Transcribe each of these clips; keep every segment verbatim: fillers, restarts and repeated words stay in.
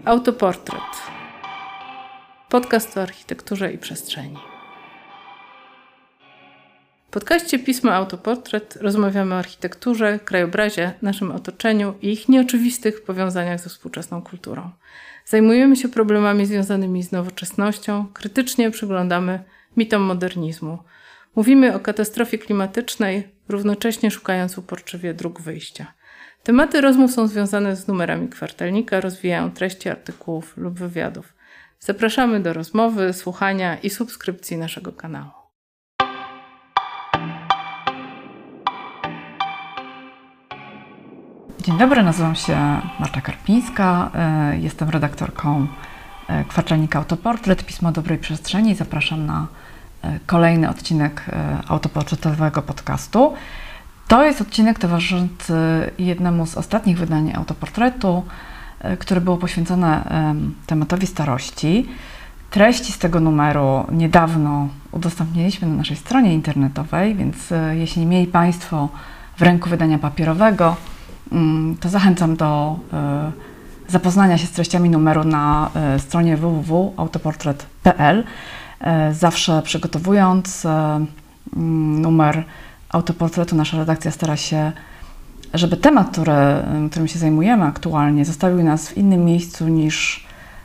Autoportret. Podcast o architekturze i przestrzeni. W podcaście Pisma Autoportret rozmawiamy o architekturze, krajobrazie, naszym otoczeniu i ich nieoczywistych powiązaniach ze współczesną kulturą. Zajmujemy się problemami związanymi z nowoczesnością, krytycznie przyglądamy mitom modernizmu. Mówimy o katastrofie klimatycznej, równocześnie szukając uporczywie dróg wyjścia. Tematy rozmów są związane z numerami kwartalnika, rozwijają treści artykułów lub wywiadów. Zapraszamy do rozmowy, słuchania i subskrypcji naszego kanału. Dzień dobry, nazywam się Marta Karpińska, jestem redaktorką kwartalnika Autoportret, Pismo Dobrej Przestrzeni. Zapraszam na kolejny odcinek autoportretowego podcastu. To jest odcinek towarzyszący jednemu z ostatnich wydań Autoportretu, które było poświęcone tematowi starości. Treści z tego numeru niedawno udostępniliśmy na naszej stronie internetowej, więc jeśli mieli Państwo w ręku wydania papierowego, to zachęcam do zapoznania się z treściami numeru na stronie w w w kropka autoportret kropka p l. Zawsze przygotowując numer Autoportretu, nasza redakcja stara się, żeby temat, który, którym się zajmujemy aktualnie, zostawił nas w innym miejscu niż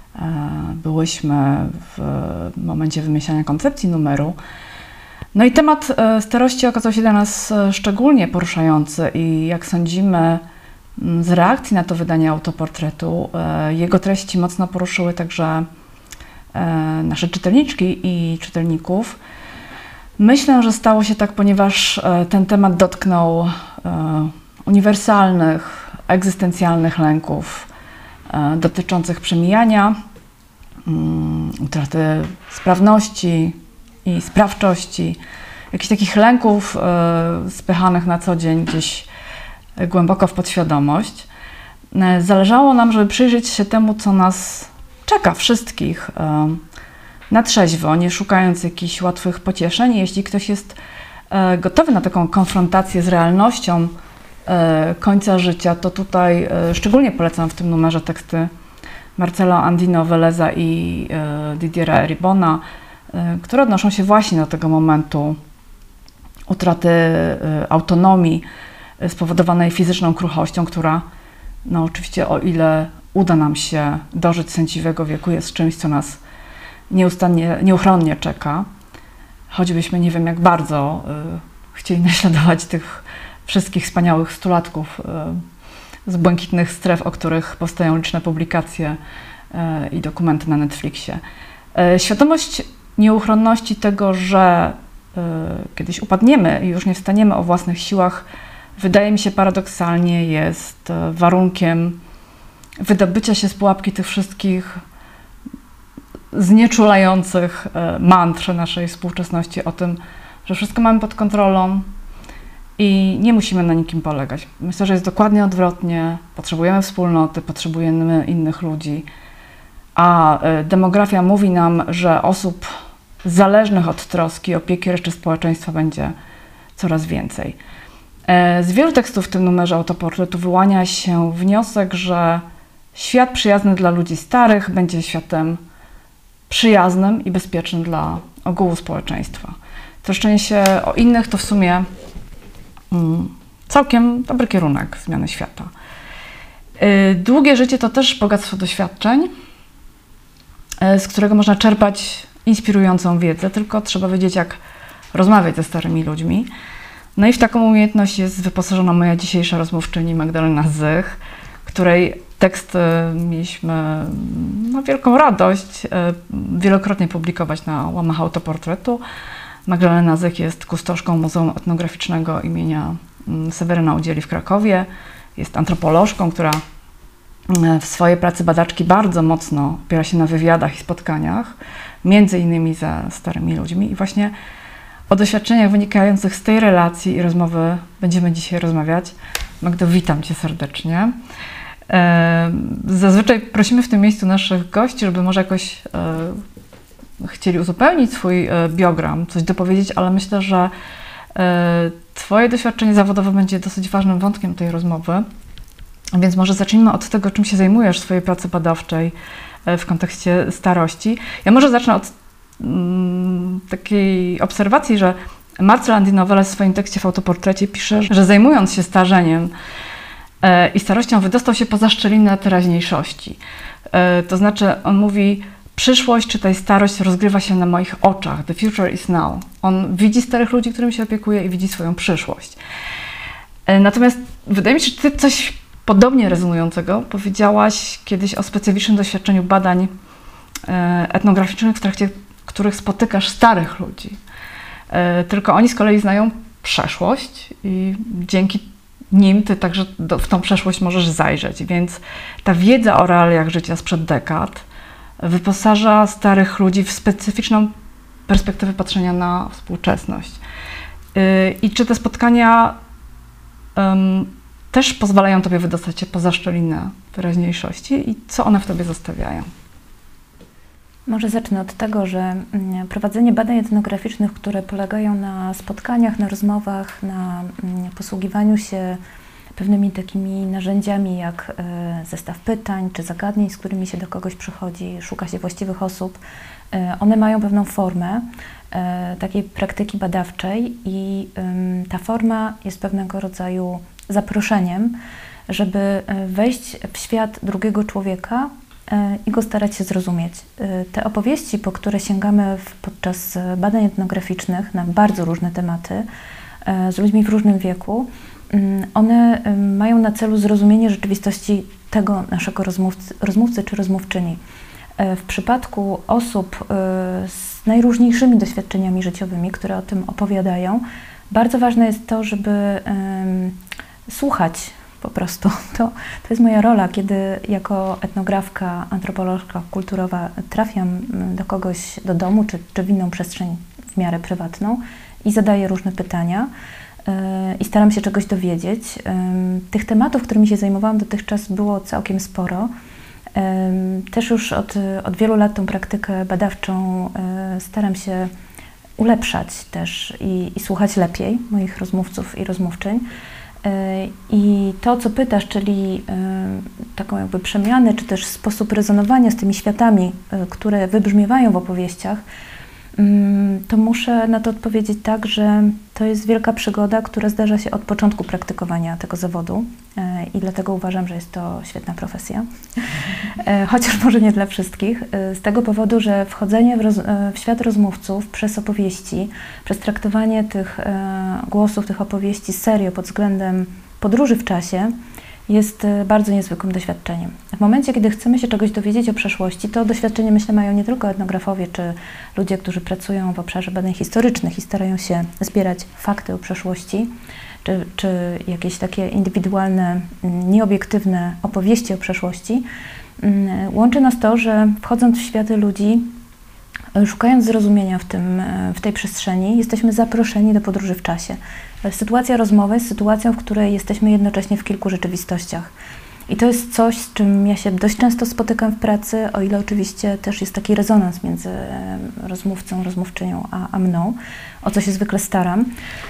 byłyśmy w momencie wymyślania koncepcji numeru. No i temat starości okazał się dla nas szczególnie poruszający i jak sądzimy z reakcji na to wydanie Autoportretu, jego treści mocno poruszyły także nasze czytelniczki i czytelników. Myślę, że stało się tak, ponieważ ten temat dotknął uniwersalnych, egzystencjalnych lęków dotyczących przemijania, utraty sprawności i sprawczości, jakichś takich lęków spychanych na co dzień gdzieś głęboko w podświadomość. Zależało nam, żeby przyjrzeć się temu, co nas czeka wszystkich na trzeźwo, nie szukając jakichś łatwych pocieszeń. Jeśli ktoś jest gotowy na taką konfrontację z realnością końca życia, to tutaj szczególnie polecam w tym numerze teksty Marcelo Andino Veleza i Didiera Eribona, które odnoszą się właśnie do tego momentu utraty autonomii spowodowanej fizyczną kruchością, która no oczywiście, o ile uda nam się dożyć sędziwego wieku, jest czymś, co nas nieustannie, nieuchronnie czeka. Choćbyśmy nie wiem jak bardzo y, chcieli naśladować tych wszystkich wspaniałych stulatków y, z błękitnych stref, o których powstają liczne publikacje y, i dokumenty na Netflixie. Y, świadomość nieuchronności tego, że y, kiedyś upadniemy i już nie wstaniemy o własnych siłach, wydaje mi się paradoksalnie jest y, warunkiem wydobycia się z pułapki tych wszystkich znieczulających mantr naszej współczesności o tym, że wszystko mamy pod kontrolą i nie musimy na nikim polegać. Myślę, że jest dokładnie odwrotnie. Potrzebujemy wspólnoty, potrzebujemy innych ludzi, a demografia mówi nam, że osób zależnych od troski i opieki reszty społeczeństwa będzie coraz więcej. Z wielu tekstów w tym numerze Autoportretu wyłania się wniosek, że świat przyjazny dla ludzi starych będzie światem przyjaznym i bezpiecznym dla ogółu społeczeństwa. Troszczenie się o innych to w sumie mm, całkiem dobry kierunek zmiany świata. Yy, długie życie to też bogactwo doświadczeń, yy, z którego można czerpać inspirującą wiedzę, tylko trzeba wiedzieć, jak rozmawiać ze starymi ludźmi. No i w taką umiejętność jest wyposażona moja dzisiejsza rozmówczyni Magdalena Zych, której tekst mieliśmy no, wielką radość wielokrotnie publikować na łamach Autoportretu. Magdalena Zych jest kustoszką Muzeum Etnograficznego imienia Seweryna Udzieli w Krakowie. Jest antropolożką, która w swojej pracy badaczki bardzo mocno opiera się na wywiadach i spotkaniach, między innymi ze starymi ludźmi. I właśnie o doświadczeniach wynikających z tej relacji i rozmowy będziemy dzisiaj rozmawiać. Magdo, witam Cię serdecznie. Zazwyczaj prosimy w tym miejscu naszych gości, żeby może jakoś e, chcieli uzupełnić swój e, biogram, coś dopowiedzieć, ale myślę, że e, Twoje doświadczenie zawodowe będzie dosyć ważnym wątkiem tej rozmowy. Więc może zacznijmy od tego, czym się zajmujesz w swojej pracy badawczej w kontekście starości. Ja może zacznę od mm, takiej obserwacji, że Marcel Andy-Novelle w swoim tekście w autoportrecie pisze, że zajmując się starzeniem e, i starością wydostał się poza szczelinę teraźniejszości. E, to znaczy on mówi, przyszłość, czytaj starość, rozgrywa się na moich oczach. The future is now. On widzi starych ludzi, którym się opiekuje i widzi swoją przyszłość. E, natomiast wydaje mi się, że ty coś podobnie rezonującego powiedziałaś kiedyś o specyficznym doświadczeniu badań e, etnograficznych, w trakcie których spotykasz starych ludzi. Tylko oni z kolei znają przeszłość i dzięki nim ty także do, w tą przeszłość możesz zajrzeć. Więc ta wiedza o realiach życia sprzed dekad wyposaża starych ludzi w specyficzną perspektywę patrzenia na współczesność. I czy te spotkania um, też pozwalają tobie wydostać się poza szczelinę teraźniejszości i co one w tobie zostawiają? Może zacznę od tego, że prowadzenie badań etnograficznych, które polegają na spotkaniach, na rozmowach, na posługiwaniu się pewnymi takimi narzędziami jak zestaw pytań czy zagadnień, z którymi się do kogoś przychodzi, szuka się właściwych osób, one mają pewną formę takiej praktyki badawczej i ta forma jest pewnego rodzaju zaproszeniem, żeby wejść w świat drugiego człowieka i go starać się zrozumieć. Te opowieści, po które sięgamy podczas badań etnograficznych na bardzo różne tematy, z ludźmi w różnym wieku, one mają na celu zrozumienie rzeczywistości tego naszego rozmówcy, rozmówcy czy rozmówczyni. W przypadku osób z najróżniejszymi doświadczeniami życiowymi, które o tym opowiadają, bardzo ważne jest to, żeby słuchać po prostu. To, to jest moja rola, kiedy jako etnografka, antropolożka kulturowa trafiam do kogoś do domu, czy, czy w inną przestrzeń w miarę prywatną i zadaję różne pytania yy, i staram się czegoś dowiedzieć. Yy, tych tematów, którymi się zajmowałam dotychczas, było całkiem sporo. Yy, też już od, od wielu lat tą praktykę badawczą yy, staram się ulepszać też i, i słuchać lepiej moich rozmówców i rozmówczyń. I to, co pytasz, czyli taką jakby przemianę, czy też sposób rezonowania z tymi światami, które wybrzmiewają w opowieściach, to muszę na to odpowiedzieć tak, że to jest wielka przygoda, która zdarza się od początku praktykowania tego zawodu i dlatego uważam, że jest to świetna profesja. Chociaż może nie dla wszystkich. Z tego powodu, że wchodzenie w, roz, w świat rozmówców przez opowieści, przez traktowanie tych głosów, tych opowieści serio pod względem podróży w czasie jest bardzo niezwykłym doświadczeniem. W momencie, kiedy chcemy się czegoś dowiedzieć o przeszłości, to doświadczenie, myślę, mają nie tylko etnografowie czy ludzie, którzy pracują w obszarze badań historycznych i starają się zbierać fakty o przeszłości, czy, czy jakieś takie indywidualne, nieobiektywne opowieści o przeszłości. Łączy nas to, że wchodząc w światy ludzi, szukając zrozumienia w, tym, w tej przestrzeni, jesteśmy zaproszeni do podróży w czasie. Sytuacja rozmowy jest sytuacją, w której jesteśmy jednocześnie w kilku rzeczywistościach. I to jest coś, z czym ja się dość często spotykam w pracy, o ile oczywiście też jest taki rezonans między rozmówcą, rozmówczynią a, a mną, o co się zwykle staram.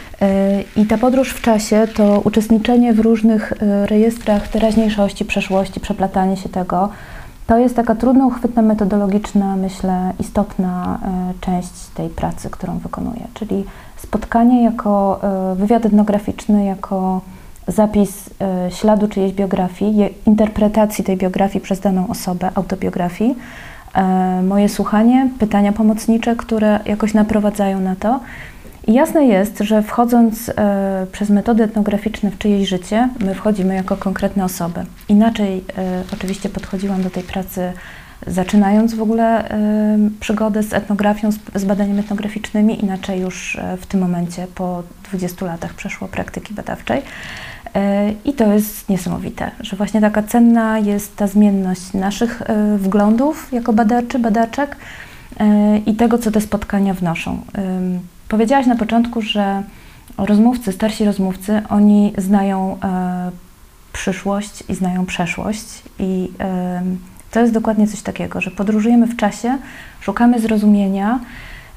I ta podróż w czasie to uczestniczenie w różnych rejestrach teraźniejszości, przeszłości, przeplatanie się tego. To jest taka trudno uchwytna, metodologiczna, myślę, istotna część tej pracy, którą wykonuję. Czyli spotkanie jako wywiad etnograficzny, jako zapis śladu czyjejś biografii, interpretacji tej biografii przez daną osobę, autobiografii, moje słuchanie, pytania pomocnicze, które jakoś naprowadzają na to. I jasne jest, że wchodząc e, przez metody etnograficzne w czyjeś życie, my wchodzimy jako konkretne osoby. Inaczej e, oczywiście podchodziłam do tej pracy, zaczynając w ogóle e, przygodę z etnografią, z, z badaniami etnograficznymi, inaczej już e, w tym momencie, po dwudziestu latach przeszło praktyki badawczej. E, I to jest niesamowite, że właśnie taka cenna jest ta zmienność naszych e, wglądów jako badaczy, badaczek e, i tego, co te spotkania wnoszą. E, Powiedziałaś na początku, że rozmówcy, starsi rozmówcy, oni znają e, przyszłość i znają przeszłość i e, to jest dokładnie coś takiego, że podróżujemy w czasie, szukamy zrozumienia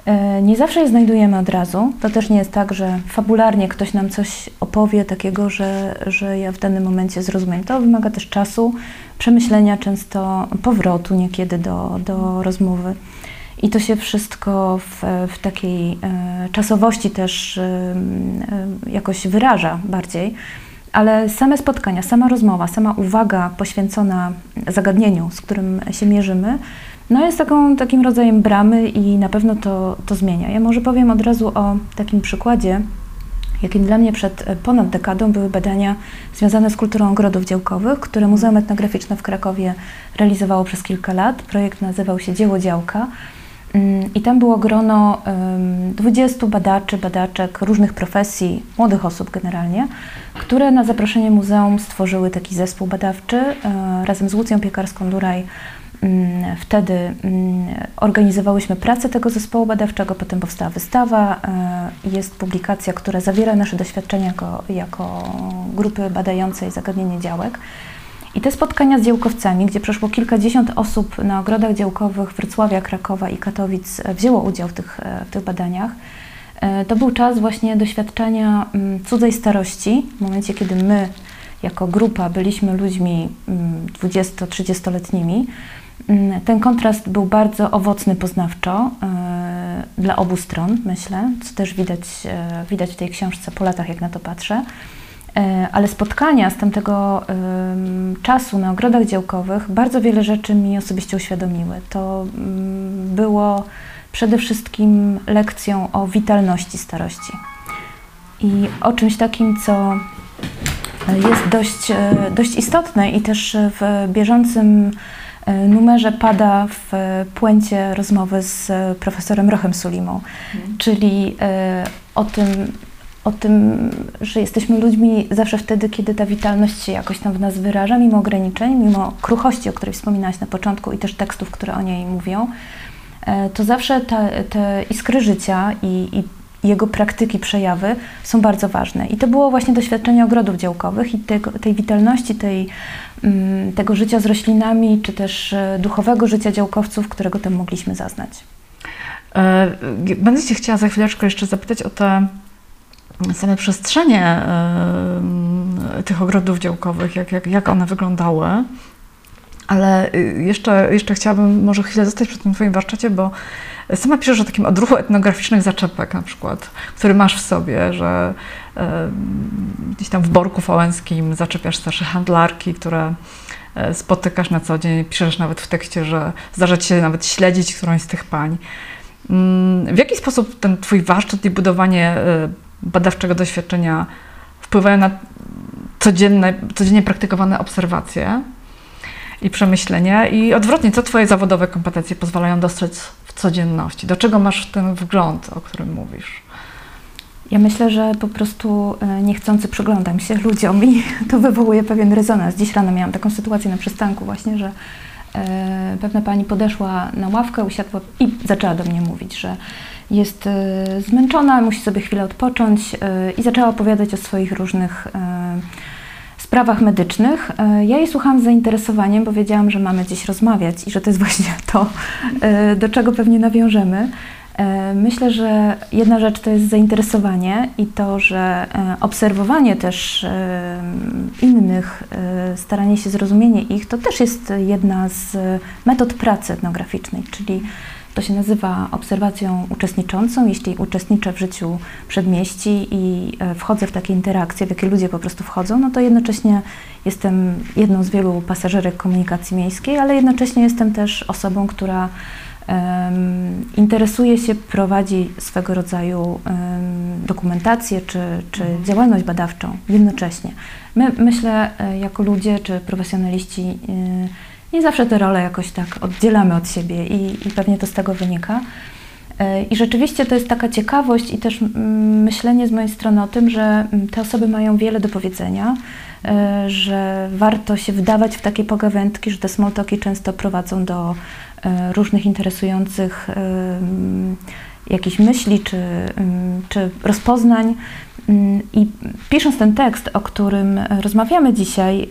Nie zawsze je znajdujemy od razu. To też nie jest tak, że fabularnie ktoś nam coś opowie takiego, że, że ja w danym momencie zrozumiem. To wymaga też czasu, przemyślenia, często powrotu niekiedy do, do rozmowy. I to się wszystko w, w takiej e, czasowości też e, e, jakoś wyraża bardziej. Ale same spotkania, sama rozmowa, sama uwaga poświęcona zagadnieniu, z którym się mierzymy, no jest taką, takim rodzajem bramy i na pewno to, to zmienia. Ja może powiem od razu o takim przykładzie, jakim dla mnie przed ponad dekadą były badania związane z kulturą ogrodów działkowych, które Muzeum Etnograficzne w Krakowie realizowało przez kilka lat. Projekt nazywał się Dzieło Działka. I tam było grono dwudziestu badaczy, badaczek różnych profesji, młodych osób generalnie, które na zaproszenie muzeum stworzyły taki zespół badawczy razem z Łucją Piekarską-Duraj. Wtedy organizowałyśmy pracę tego zespołu badawczego, potem powstała wystawa, jest publikacja, która zawiera nasze doświadczenia jako, jako grupy badającej zagadnienie działek. I te spotkania z działkowcami, gdzie przeszło kilkadziesiąt osób na ogrodach działkowych Wrocławia, Krakowa i Katowic wzięło udział w tych, w tych badaniach, to był czas właśnie doświadczenia cudzej starości, w momencie, kiedy my jako grupa byliśmy ludźmi dwudziesto-trzydziestoletnimi. Ten kontrast był bardzo owocny poznawczo dla obu stron, myślę, co też widać, widać w tej książce po latach, jak na to patrzę. Ale spotkania z tamtego um, czasu na ogrodach działkowych bardzo wiele rzeczy mi osobiście uświadomiły. To um, było przede wszystkim lekcją o witalności starości i o czymś takim, co jest dość, dość istotne i też w bieżącym numerze pada w puencie rozmowy z profesorem Rochem Sulimą, hmm. czyli o tym, o tym, że jesteśmy ludźmi zawsze wtedy, kiedy ta witalność się jakoś tam w nas wyraża, mimo ograniczeń, mimo kruchości, o której wspominałaś na początku i też tekstów, które o niej mówią, to zawsze te, te iskry życia i, i jego praktyki, przejawy są bardzo ważne. I to było właśnie doświadczenie ogrodów działkowych i tego, tej witalności, tej, tego życia z roślinami, czy też duchowego życia działkowców, którego tam mogliśmy zaznać. Będę Cię chciała za chwileczkę jeszcze zapytać o te same przestrzenie y, tych ogrodów działkowych, jak, jak, jak one wyglądały. Ale jeszcze, jeszcze chciałabym może chwilę zostać przy tym Twoim warsztacie, bo sama piszesz o takim odruchu etnograficznych zaczepek na przykład, który masz w sobie, że y, gdzieś tam w Borku Fałęskim zaczepiasz starsze handlarki, które y, spotykasz na co dzień. Piszesz nawet w tekście, że zdarza Ci się nawet śledzić którąś z tych pań. Y, w jaki sposób ten Twój warsztat i budowanie y, badawczego doświadczenia wpływają na codzienne, codziennie praktykowane obserwacje i przemyślenia i odwrotnie, co Twoje zawodowe kompetencje pozwalają dostrzec w codzienności? Do czego masz ten wgląd, o którym mówisz? Ja myślę, że po prostu niechcący przyglądam się ludziom i to wywołuje pewien rezonans. Dziś rano miałam taką sytuację na przystanku właśnie, że e, pewna pani podeszła na ławkę, usiadła i zaczęła do mnie mówić, że jest y, zmęczona, musi sobie chwilę odpocząć y, i zaczęła opowiadać o swoich różnych y, sprawach medycznych. Y, ja jej słuchałam z zainteresowaniem, bo wiedziałam, że mamy dziś rozmawiać i że to jest właśnie to, y, do czego pewnie nawiążemy. Y, myślę, że jedna rzecz to jest zainteresowanie i to, że y, obserwowanie też y, innych, y, staranie się zrozumienie ich, to też jest jedna z metod pracy etnograficznej, czyli to się nazywa obserwacją uczestniczącą. Jeśli uczestniczę w życiu przedmieści i wchodzę w takie interakcje, w jakie ludzie po prostu wchodzą, no to jednocześnie jestem jedną z wielu pasażerek komunikacji miejskiej, ale jednocześnie jestem też osobą, która um, interesuje się, prowadzi swego rodzaju um, dokumentację czy, czy mhm. działalność badawczą jednocześnie. My, myślę, jako ludzie czy profesjonaliści, yy, nie zawsze te role jakoś tak oddzielamy od siebie i, i pewnie to z tego wynika. I rzeczywiście to jest taka ciekawość i też myślenie z mojej strony o tym, że te osoby mają wiele do powiedzenia, że warto się wdawać w takie pogawędki, że te small talki często prowadzą do różnych interesujących jakichś myśli czy, czy rozpoznań. I pisząc ten tekst, o którym rozmawiamy dzisiaj,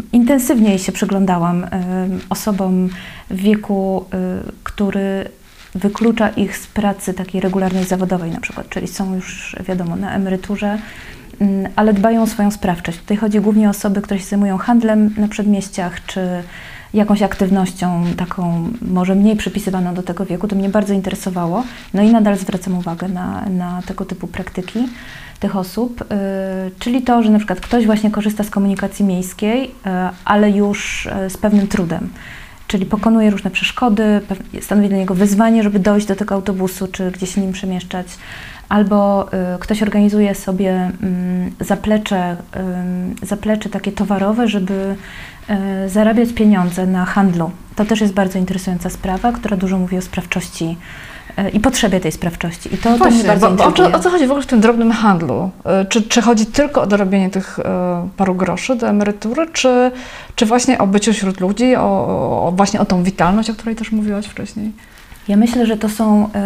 intensywniej się przyglądałam osobom w wieku, który wyklucza ich z pracy takiej regularnej zawodowej na przykład, czyli są już, wiadomo, na emeryturze, ale dbają o swoją sprawczość. Tutaj chodzi głównie o osoby, które się zajmują handlem na przedmieściach, czy jakąś aktywnością taką może mniej przypisywaną do tego wieku. To mnie bardzo interesowało. No i nadal zwracam uwagę na, na tego typu praktyki tych osób, yy, czyli to, że na przykład ktoś właśnie korzysta z komunikacji miejskiej, yy, ale już yy, z pewnym trudem. Czyli pokonuje różne przeszkody, stanowi dla niego wyzwanie, żeby dojść do tego autobusu, czy gdzieś się nim przemieszczać. Albo y, ktoś organizuje sobie y, zaplecze, y, zaplecze takie towarowe, żeby y, zarabiać pieniądze na handlu. To też jest bardzo interesująca sprawa, która dużo mówi o sprawczości y, i potrzebie tej sprawczości. I to, no to właśnie, mnie bardzo bo, o, intryguje. o co chodzi w ogóle w tym drobnym handlu? Czy, czy chodzi tylko o dorobienie tych y, paru groszy do emerytury, czy, czy właśnie o byciu wśród ludzi, o, o, właśnie o tą witalność, o której też mówiłaś wcześniej? Ja myślę, że to są y,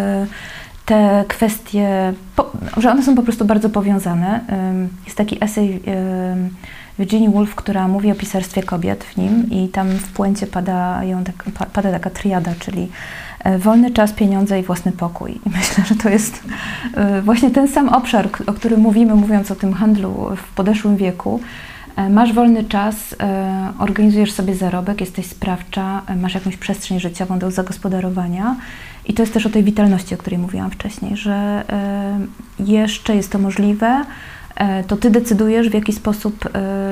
te kwestie, po, że one są po prostu bardzo powiązane. Jest taki esej Virginia Woolf, która mówi o pisarstwie kobiet w nim i tam w puencie pada, ją tak, pada taka triada, czyli wolny czas, pieniądze i własny pokój. I myślę, że to jest właśnie ten sam obszar, o którym mówimy, mówiąc o tym handlu w podeszłym wieku. Masz wolny czas, organizujesz sobie zarobek, jesteś sprawcza, masz jakąś przestrzeń życiową do zagospodarowania i to jest też o tej witalności, o której mówiłam wcześniej, że jeszcze jest to możliwe, to Ty decydujesz, w jaki sposób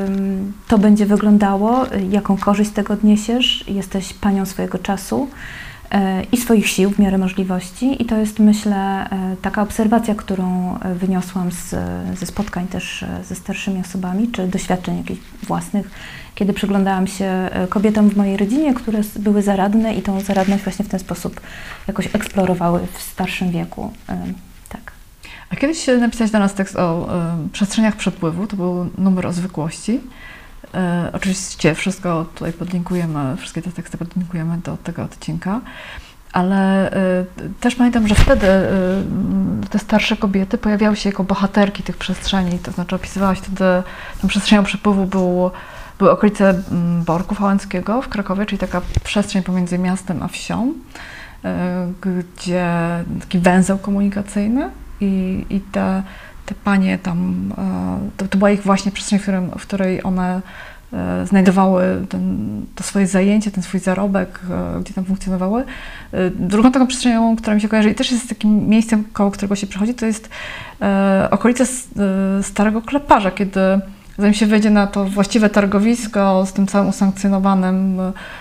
to będzie wyglądało, jaką korzyść z tego odniesiesz, jesteś panią swojego czasu i swoich sił w miarę możliwości i to jest, myślę, taka obserwacja, którą wyniosłam z, ze spotkań też ze starszymi osobami, czy doświadczeń jakichś własnych, kiedy przyglądałam się kobietom w mojej rodzinie, które były zaradne i tą zaradność właśnie w ten sposób jakoś eksplorowały w starszym wieku. Tak. A kiedyś napisałeś dla nas tekst o y, przestrzeniach przepływu, to był numer o zwykłości. E, oczywiście wszystko tutaj podlinkujemy, wszystkie te teksty podlinkujemy do tego odcinka, ale e, też pamiętam, że wtedy e, te starsze kobiety pojawiały się jako bohaterki tych przestrzeni, to znaczy opisywałaś wtedy, tą przestrzenią przepływu był, były okolice Borku Wałęskiego w Krakowie, czyli taka przestrzeń pomiędzy miastem a wsią, e, gdzie taki węzeł komunikacyjny i, i te Te panie tam, to, to była ich właśnie przestrzeń, w, którym, w której one znajdowały ten, to swoje zajęcie, ten swój zarobek, gdzie tam funkcjonowały. Drugą taką przestrzenią, która mi się kojarzy i też jest takim miejscem, koło którego się przechodzi, to jest okolice Starego Kleparza, kiedy zanim się wejdzie na to właściwe targowisko z tym całym usankcjonowanym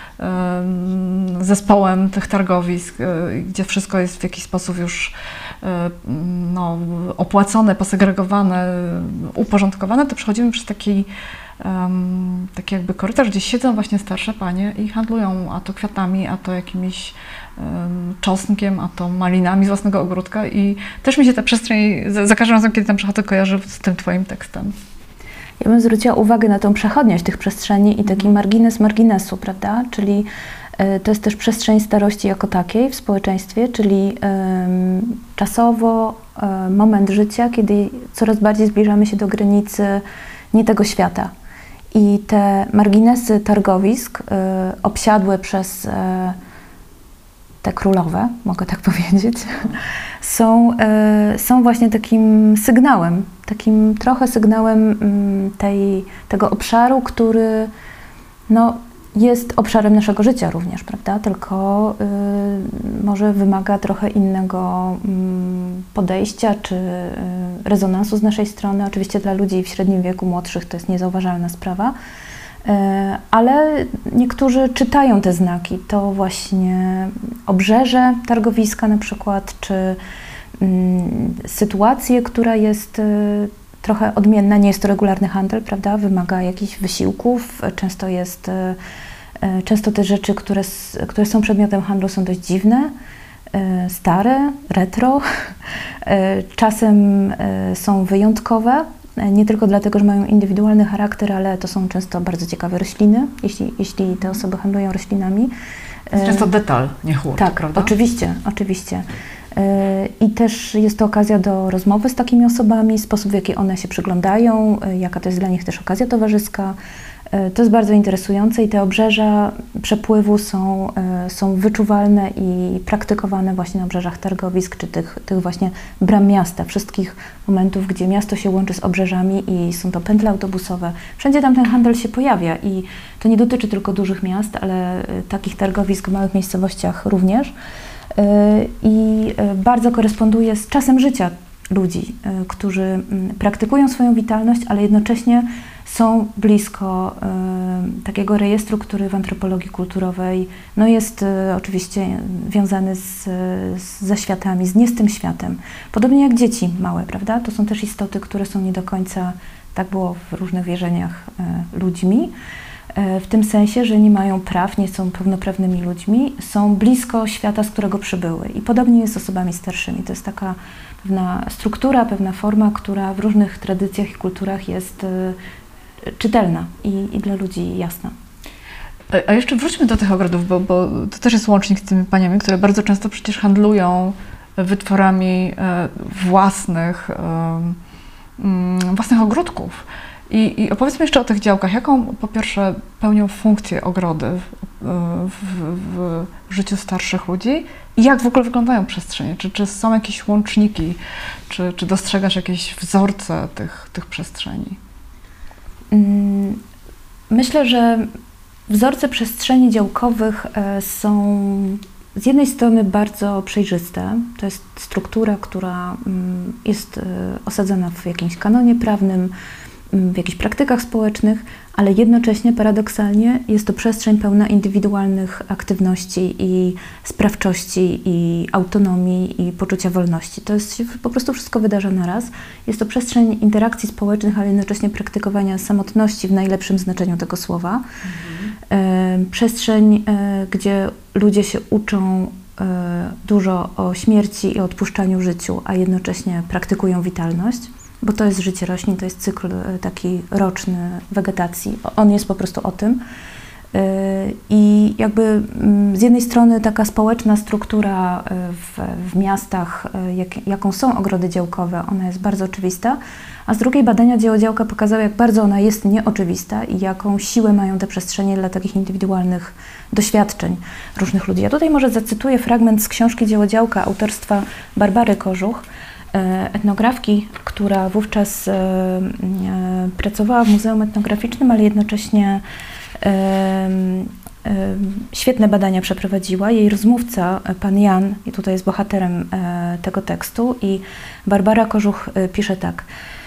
zespołem tych targowisk, gdzie wszystko jest w jakiś sposób już no, opłacone, posegregowane, uporządkowane, to przechodzimy przez taki, um, taki jakby korytarz, gdzie siedzą właśnie starsze panie i handlują a to kwiatami, a to jakimiś um, czosnkiem, a to malinami z własnego ogródka i też mi się ta przestrzeń za, za każdym razem, kiedy tam przechodzę, kojarzy z tym Twoim tekstem. Ja bym zwróciła uwagę na tą przechodniość tych przestrzeni i taki margines marginesu, prawda? Czyli y, to jest też przestrzeń starości jako takiej w społeczeństwie, czyli y, czasowo y, moment życia, kiedy coraz bardziej zbliżamy się do granicy nie tego świata. I te marginesy targowisk y, obsiadłe przez y, te królowe, mogę tak powiedzieć, są, y, są właśnie takim sygnałem, takim trochę sygnałem tej, tego obszaru, który no, jest obszarem naszego życia również, prawda? Tylko y, może wymaga trochę innego y, podejścia czy y, rezonansu z naszej strony. Oczywiście dla ludzi w średnim wieku, młodszych to jest niezauważalna sprawa, y, ale niektórzy czytają te znaki. To właśnie obrzeże targowiska na przykład, czy sytuację, która jest trochę odmienna, nie jest to regularny handel, prawda, wymaga jakichś wysiłków, często jest, często te rzeczy, które, które są przedmiotem handlu są dość dziwne, stare, retro, czasem są wyjątkowe, nie tylko dlatego, że mają indywidualny charakter, ale to są często bardzo ciekawe rośliny, jeśli, jeśli te osoby handlują roślinami. To jest często detal, nie hurt, tak, prawda? oczywiście, oczywiście. I też jest to okazja do rozmowy z takimi osobami, sposób, w jaki one się przyglądają, jaka to jest dla nich też okazja towarzyska. To jest bardzo interesujące i te obrzeża przepływu są, są wyczuwalne i praktykowane właśnie na obrzeżach targowisk, czy tych, tych właśnie bram miasta, wszystkich momentów, gdzie miasto się łączy z obrzeżami i są to pętle autobusowe. Wszędzie tam ten handel się pojawia i to nie dotyczy tylko dużych miast, ale takich targowisk w małych miejscowościach również. I bardzo koresponduje z czasem życia ludzi, którzy praktykują swoją witalność, ale jednocześnie są blisko y, takiego rejestru, który w antropologii kulturowej no jest y, oczywiście wiązany z, z, ze światami, z nie z tym światem. Podobnie jak dzieci małe, prawda? To są też istoty, które są nie do końca, tak było w różnych wierzeniach, y, ludźmi. Y, w tym sensie, że nie mają praw, nie są pełnoprawnymi ludźmi, są blisko świata, z którego przybyły. I podobnie jest z osobami starszymi. To jest taka pewna struktura, pewna forma, która w różnych tradycjach i kulturach jest y, czytelna i, i dla ludzi jasna. A jeszcze wróćmy do tych ogrodów, bo, bo to też jest łącznik z tymi paniami, które bardzo często przecież handlują wytworami własnych, własnych ogródków. I, i opowiedzmy jeszcze o tych działkach. Jaką po pierwsze pełnią funkcję ogrody w, w, w życiu starszych ludzi i jak w ogóle wyglądają przestrzenie? Czy, czy są jakieś łączniki, czy, czy dostrzegasz jakieś wzorce tych, tych przestrzeni? Myślę, że wzorce przestrzeni działkowych są z jednej strony bardzo przejrzyste. To jest struktura, która jest osadzona w jakimś kanonie prawnym, w jakichś praktykach społecznych, ale jednocześnie paradoksalnie jest to przestrzeń pełna indywidualnych aktywności i sprawczości, i autonomii, i poczucia wolności. To jest się po prostu wszystko wydarza naraz. Jest to przestrzeń interakcji społecznych, ale jednocześnie praktykowania samotności w najlepszym znaczeniu tego słowa. Mhm. Przestrzeń, gdzie ludzie się uczą dużo o śmierci i odpuszczaniu życiu, a jednocześnie praktykują witalność. Bo to jest życie roślin, to jest cykl taki roczny wegetacji. On jest po prostu o tym. I jakby z jednej strony taka społeczna struktura w, w miastach, jak, jaką są ogrody działkowe, ona jest bardzo oczywista, a z drugiej badania dziełodziałka pokazały, jak bardzo ona jest nieoczywista i jaką siłę mają te przestrzenie dla takich indywidualnych doświadczeń różnych ludzi. Ja tutaj może zacytuję fragment z książki Dziełodziałka autorstwa Barbary Kożuch, etnografki, która wówczas pracowała w Muzeum Etnograficznym, ale jednocześnie świetne badania przeprowadziła. Jej rozmówca, pan Jan, i tutaj jest bohaterem tego tekstu, i Barbara Kożuch pisze tak.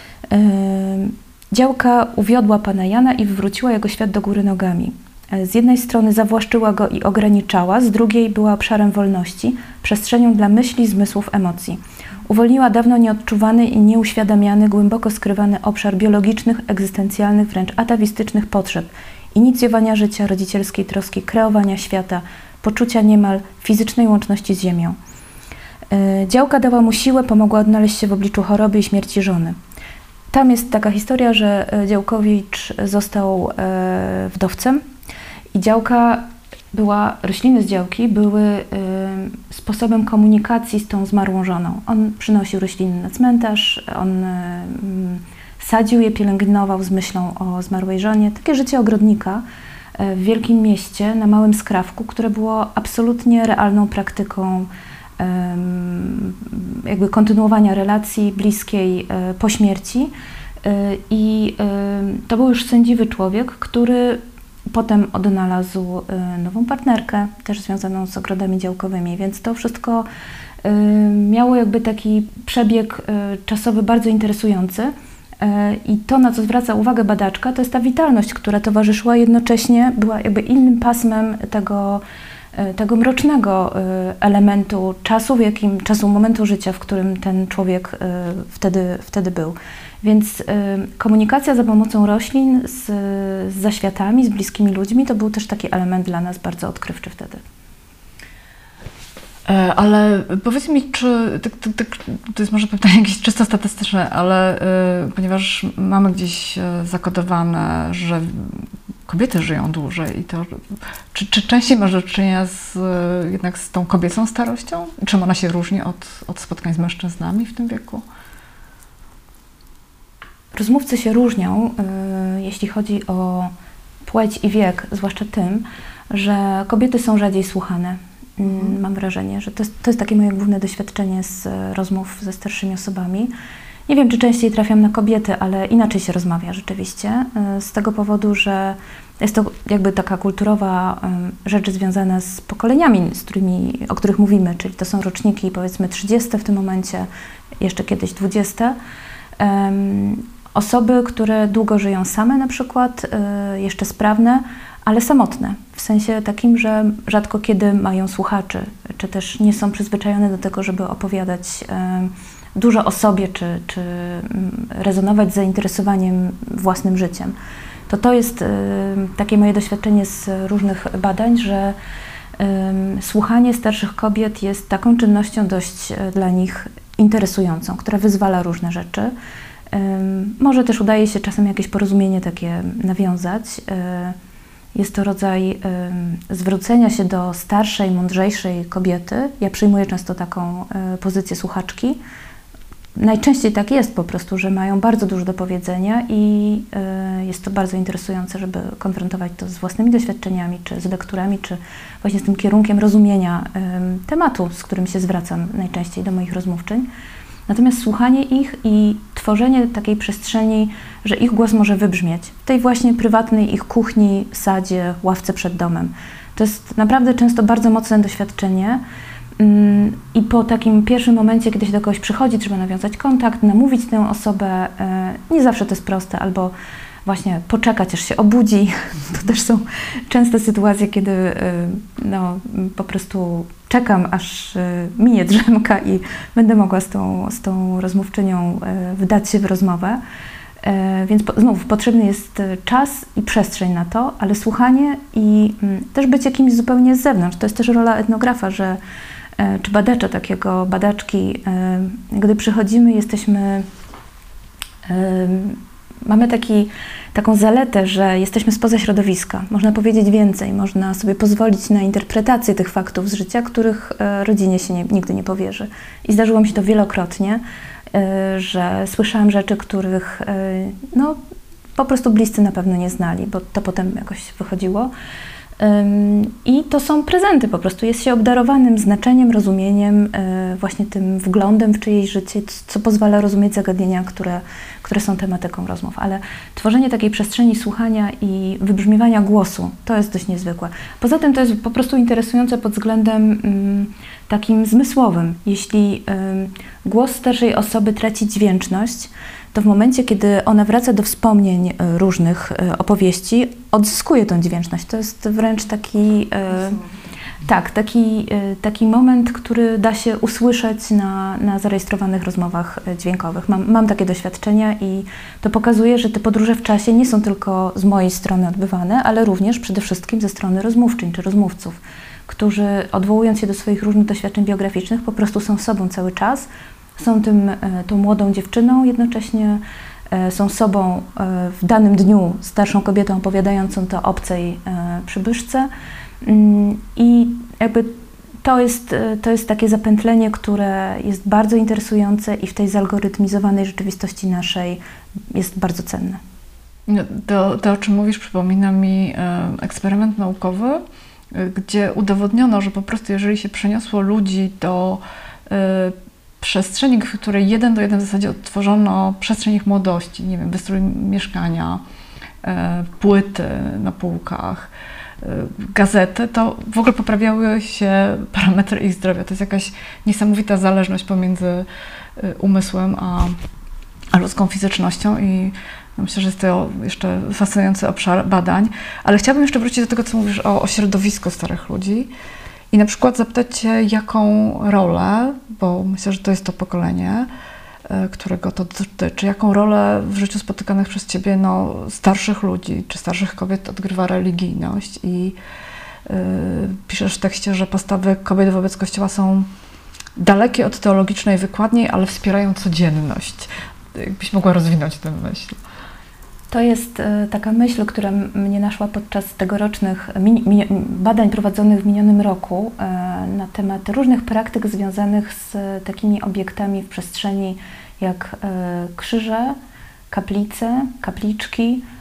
Działka uwiodła pana Jana i wywróciła jego świat do góry nogami. Z jednej strony zawłaszczyła go i ograniczała, z drugiej była obszarem wolności, przestrzenią dla myśli, zmysłów, emocji. Uwolniła dawno nieodczuwany i nieuświadamiany, głęboko skrywany obszar biologicznych, egzystencjalnych, wręcz atawistycznych potrzeb, inicjowania życia, rodzicielskiej troski, kreowania świata, poczucia niemal fizycznej łączności z ziemią. Działka dała mu siłę, pomogła odnaleźć się w obliczu choroby i śmierci żony. Tam jest taka historia, że Działkowicz został wdowcem i działka była, rośliny z działki były y, sposobem komunikacji z tą zmarłą żoną. On przynosił rośliny na cmentarz, on y, sadził je, pielęgnował z myślą o zmarłej żonie. Takie życie ogrodnika y, w wielkim mieście, na małym skrawku, które było absolutnie realną praktyką y, jakby kontynuowania relacji bliskiej y, po śmierci. Y, I y, to był już sędziwy człowiek, który potem odnalazł nową partnerkę, też związaną z ogrodami działkowymi, więc to wszystko miało jakby taki przebieg czasowy bardzo interesujący. I to, na co zwraca uwagę badaczka, to jest ta witalność, która towarzyszyła, jednocześnie była jakby innym pasmem tego, tego mrocznego elementu czasu, w jakim, czasu momentu życia, w którym ten człowiek wtedy, wtedy był. Więc y, komunikacja za pomocą roślin z, z zaświatami, z bliskimi ludźmi, to był też taki element dla nas bardzo odkrywczy wtedy. Ale powiedz mi, czy to, to, to, to jest może pytanie jakieś czysto statystyczne, ale y, ponieważ mamy gdzieś zakodowane, że kobiety żyją dłużej i to, czy, czy częściej masz do czynienia z, jednak z tą kobiecą starością? Czym ona się różni od, od spotkań z mężczyznami w tym wieku? Rozmówcy się różnią, y, jeśli chodzi o płeć i wiek, zwłaszcza tym, że kobiety są rzadziej słuchane. Mhm. Mam wrażenie, że to jest, to jest takie moje główne doświadczenie z rozmów ze starszymi osobami. Nie wiem, czy częściej trafiam na kobiety, ale inaczej się rozmawia rzeczywiście. Z tego powodu, że jest to jakby taka kulturowa rzecz związana z pokoleniami, z którymi, o których mówimy, czyli to są roczniki powiedzmy trzydzieste w tym momencie, jeszcze kiedyś dwudzieste. Osoby, które długo żyją same na przykład, jeszcze sprawne, ale samotne. W sensie takim, że rzadko kiedy mają słuchaczy, czy też nie są przyzwyczajone do tego, żeby opowiadać dużo o sobie, czy, czy rezonować z zainteresowaniem własnym życiem. To to jest y, takie moje doświadczenie z różnych badań, że y, słuchanie starszych kobiet jest taką czynnością dość y, dla nich interesującą, która wyzwala różne rzeczy. Y, może też udaje się czasem jakieś porozumienie takie nawiązać. Y, jest to rodzaj y, zwrócenia się do starszej, mądrzejszej kobiety. Ja przyjmuję często taką y, pozycję słuchaczki. Najczęściej tak jest po prostu, że mają bardzo dużo do powiedzenia i y, jest to bardzo interesujące, żeby konfrontować to z własnymi doświadczeniami, czy z lekturami, czy właśnie z tym kierunkiem rozumienia y, tematu, z którym się zwracam najczęściej do moich rozmówczyń. Natomiast słuchanie ich i tworzenie takiej przestrzeni, że ich głos może wybrzmieć w tej właśnie prywatnej ich kuchni, sadzie, ławce przed domem. To jest naprawdę często bardzo mocne doświadczenie. I po takim pierwszym momencie, kiedy się do kogoś przychodzi, trzeba nawiązać kontakt, namówić tę osobę. Nie zawsze to jest proste, albo właśnie poczekać, aż się obudzi. To też są częste sytuacje, kiedy no, po prostu czekam, aż minie drzemka i będę mogła z tą, z tą rozmówczynią wdać się w rozmowę. Więc znów potrzebny jest czas i przestrzeń na to, ale słuchanie i też być kimś zupełnie z zewnątrz. To jest też rola etnografa, że czy badacza takiego, badaczki, gdy przychodzimy, jesteśmy, mamy taki, taką zaletę, że jesteśmy spoza środowiska. Można powiedzieć więcej, można sobie pozwolić na interpretację tych faktów z życia, których rodzinie się nie, nigdy nie powierzy. I zdarzyło mi się to wielokrotnie, że słyszałam rzeczy, których no, po prostu bliscy na pewno nie znali, bo to potem jakoś wychodziło. I to są prezenty po prostu. Jest się obdarowanym znaczeniem, rozumieniem, właśnie tym wglądem w czyjeś życie, co pozwala rozumieć zagadnienia, które, które są tematyką rozmów. Ale tworzenie takiej przestrzeni słuchania i wybrzmiewania głosu, to jest dość niezwykłe. Poza tym to jest po prostu interesujące pod względem takim zmysłowym. Jeśli głos starszej osoby traci dźwięczność, to w momencie, kiedy ona wraca do wspomnień różnych opowieści, odzyskuje tą dźwięczność. To jest wręcz taki, e, tak, taki, e, taki moment, który da się usłyszeć na, na zarejestrowanych rozmowach dźwiękowych. Mam, mam takie doświadczenia i to pokazuje, że te podróże w czasie nie są tylko z mojej strony odbywane, ale również przede wszystkim ze strony rozmówczyń czy rozmówców, którzy odwołując się do swoich różnych doświadczeń biograficznych po prostu są sobą cały czas. Są tym, tą młodą dziewczyną, jednocześnie są sobą w danym dniu starszą kobietą opowiadającą to obcej przybyszce i jakby to jest, to jest takie zapętlenie, które jest bardzo interesujące i w tej zalgorytmizowanej rzeczywistości naszej jest bardzo cenne. To, to o czym mówisz, przypomina mi eksperyment naukowy, gdzie udowodniono, że po prostu jeżeli się przeniosło ludzi do przestrzeni, w której jeden do jeden w zasadzie odtworzono przestrzeń ich młodości, nie wiem, wystrój mieszkania, e, płyty na półkach, e, gazety, to w ogóle poprawiały się parametry ich zdrowia. To jest jakaś niesamowita zależność pomiędzy e, umysłem a, a ludzką fizycznością i myślę, że jest to jeszcze fascynujący obszar badań. Ale chciałabym jeszcze wrócić do tego, co mówisz o, o środowisku starych ludzi. I na przykład zapytać Cię, jaką rolę, bo myślę, że to jest to pokolenie, którego to dotyczy, jaką rolę w życiu spotykanych przez Ciebie no, starszych ludzi czy starszych kobiet odgrywa religijność. I yy, piszesz w tekście, że postawy kobiet wobec Kościoła są dalekie od teologicznej wykładni, ale wspierają codzienność. Jakbyś mogła rozwinąć tę myśl? To jest taka myśl, która mnie naszła podczas tegorocznych badań prowadzonych w minionym roku na temat różnych praktyk związanych z takimi obiektami w przestrzeni jak krzyże, kaplice, kapliczki,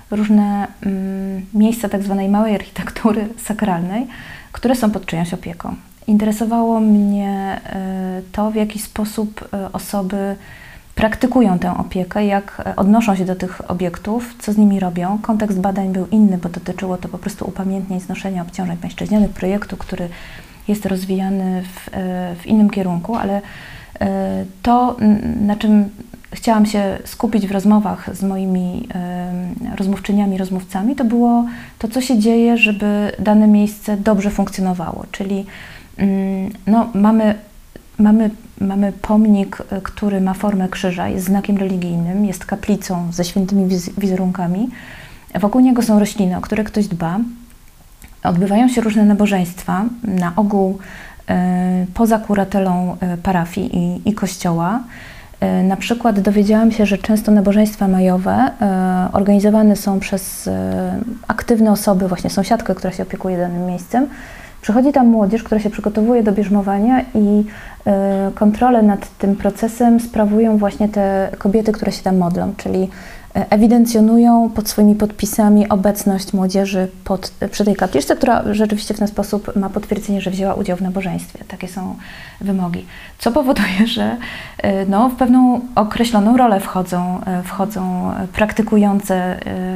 różne mm, miejsca tak zwanej małej architektury sakralnej, które są pod czyjąś opieką. Interesowało mnie to, w jaki sposób osoby praktykują tę opiekę, jak odnoszą się do tych obiektów, co z nimi robią. Kontekst badań był inny, bo dotyczyło to po prostu upamiętnień znoszenia obciążeń mężczyźnianych, projektu, który jest rozwijany w, w innym kierunku, ale to, na czym chciałam się skupić w rozmowach z moimi rozmówczyniami, rozmówcami, to było to, co się dzieje, żeby dane miejsce dobrze funkcjonowało. Czyli no, mamy, mamy, mamy pomnik, który ma formę krzyża, jest znakiem religijnym, jest kaplicą ze świętymi wizerunkami. Wokół niego są rośliny, o które ktoś dba. Odbywają się różne nabożeństwa, na ogół poza kuratelą parafii i, i kościoła. Na przykład dowiedziałam się, że często nabożeństwa majowe organizowane są przez aktywne osoby, właśnie sąsiadkę, która się opiekuje danym miejscem. Przychodzi tam młodzież, która się przygotowuje do bierzmowania i kontrolę nad tym procesem sprawują właśnie te kobiety, które się tam modlą, czyli ewidencjonują pod swoimi podpisami obecność młodzieży pod, przy tej kapliczce, która rzeczywiście w ten sposób ma potwierdzenie, że wzięła udział w nabożeństwie. Takie są wymogi. Co powoduje, że no, w pewną określoną rolę wchodzą, wchodzą praktykujące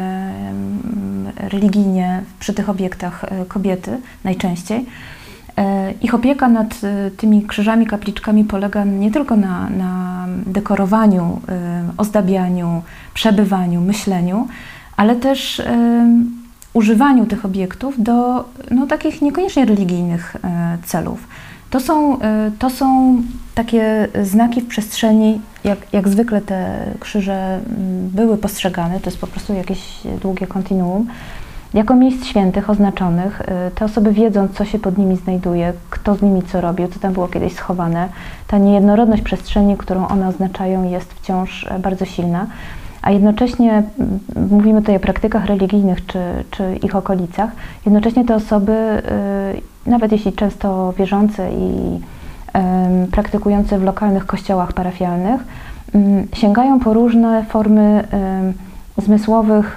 religijnie przy tych obiektach kobiety najczęściej. Ich opieka nad tymi krzyżami, kapliczkami polega nie tylko na, na dekorowaniu, ozdabianiu, przebywaniu, myśleniu, ale też używaniu tych obiektów do no, takich niekoniecznie religijnych celów. To są, to są takie znaki w przestrzeni, jak, jak zwykle te krzyże były postrzegane, to jest po prostu jakieś długie kontinuum, jako miejsc świętych oznaczonych. Te osoby wiedzą, co się pod nimi znajduje, kto z nimi co robił, co tam było kiedyś schowane. Ta niejednorodność przestrzeni, którą one oznaczają, jest wciąż bardzo silna, a jednocześnie mówimy tutaj o praktykach religijnych czy, czy ich okolicach. Jednocześnie te osoby, nawet jeśli często wierzące i praktykujące w lokalnych kościołach parafialnych, sięgają po różne formy zmysłowych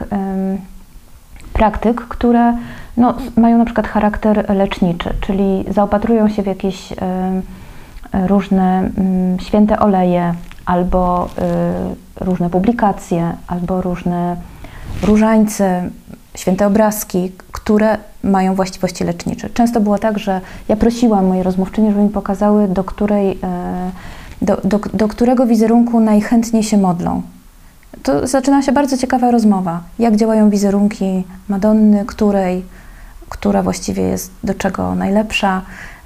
praktyk, które no, mają na przykład charakter leczniczy, czyli zaopatrują się w jakieś y, różne y, święte oleje, albo y, różne publikacje, albo różne różańce, święte obrazki, które mają właściwości lecznicze. Często było tak, że ja prosiłam moje rozmówczynie, żeby mi pokazały, do, której, y, do, do, do którego wizerunku najchętniej się modlą. To zaczyna się bardzo ciekawa rozmowa, jak działają wizerunki Madonny, której, która właściwie jest do czego najlepsza,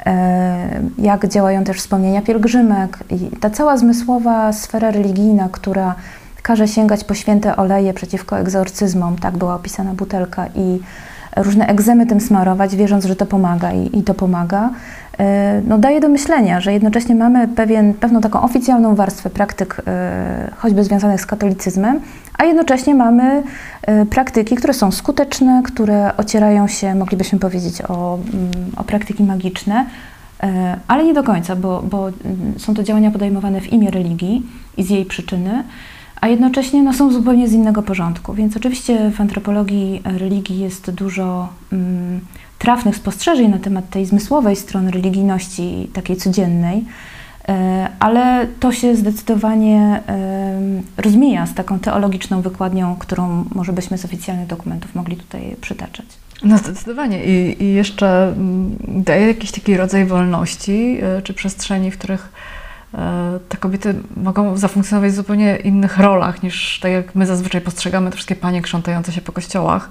jak działają też wspomnienia pielgrzymek i ta cała zmysłowa sfera religijna, która każe sięgać po święte oleje przeciwko egzorcyzmom, tak była opisana butelka, i różne egzemy tym smarować, wierząc, że to pomaga i, i to pomaga, no daje do myślenia, że jednocześnie mamy pewien, pewną taką oficjalną warstwę praktyk, choćby związanych z katolicyzmem, a jednocześnie mamy praktyki, które są skuteczne, które ocierają się, moglibyśmy powiedzieć, o, o praktyki magiczne, ale nie do końca, bo, bo są to działania podejmowane w imię religii i z jej przyczyny, a jednocześnie no, są zupełnie z innego porządku. Więc oczywiście w antropologii religii jest dużo mm, trafnych spostrzeżeń na temat tej zmysłowej strony religijności, takiej codziennej, ale to się zdecydowanie rozmija z taką teologiczną wykładnią, którą może byśmy z oficjalnych dokumentów mogli tutaj przytaczać. No zdecydowanie. I, i jeszcze daje jakiś taki rodzaj wolności czy przestrzeni, w których te kobiety mogą zafunkcjonować w zupełnie innych rolach niż tak jak my zazwyczaj postrzegamy te wszystkie panie krzątające się po kościołach.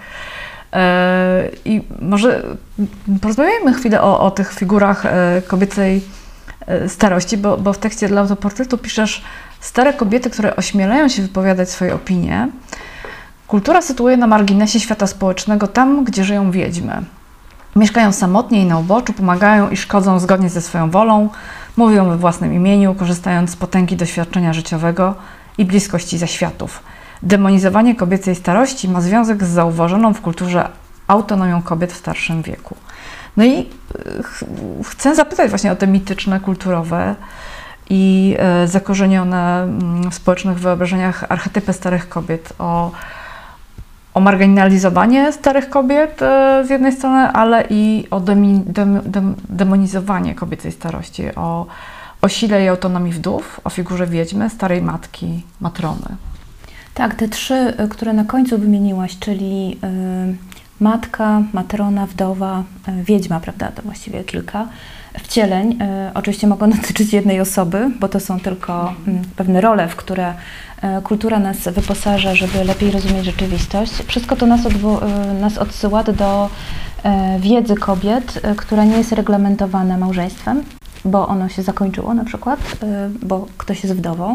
I może porozmawiajmy chwilę o, o tych figurach kobiecej starości, bo, bo w tekście dla autoportretu piszesz: stare kobiety, które ośmielają się wypowiadać swoje opinie, kultura sytuuje na marginesie świata społecznego tam, gdzie żyją wiedźmy. Mieszkają samotnie i na uboczu, pomagają i szkodzą zgodnie ze swoją wolą, mówią we własnym imieniu, korzystając z potęgi doświadczenia życiowego i bliskości zaświatów. Demonizowanie kobiecej starości ma związek z zauważoną w kulturze autonomią kobiet w starszym wieku. No i ch chcę zapytać właśnie o te mityczne, kulturowe i e, zakorzenione w społecznych wyobrażeniach archetypy starych kobiet, o o marginalizowanie starych kobiet z jednej strony, ale i o demi, dem, dem, demonizowanie kobiecej starości, o, o sile i autonomii wdów, o figurze wiedźmy, starej matki, matrony. Tak, te trzy, które na końcu wymieniłaś, czyli y, matka, matrona, wdowa, y, wiedźma, prawda, to właściwie kilka wcieleń. Y, oczywiście mogą dotyczyć jednej osoby, bo to są tylko y, pewne role, w które y, kultura nas wyposaża, żeby lepiej rozumieć rzeczywistość. Wszystko to nas, odwo- y, nas odsyła do y, wiedzy kobiet, y, która nie jest reglamentowana małżeństwem, bo ono się zakończyło na przykład, y, bo ktoś jest wdową.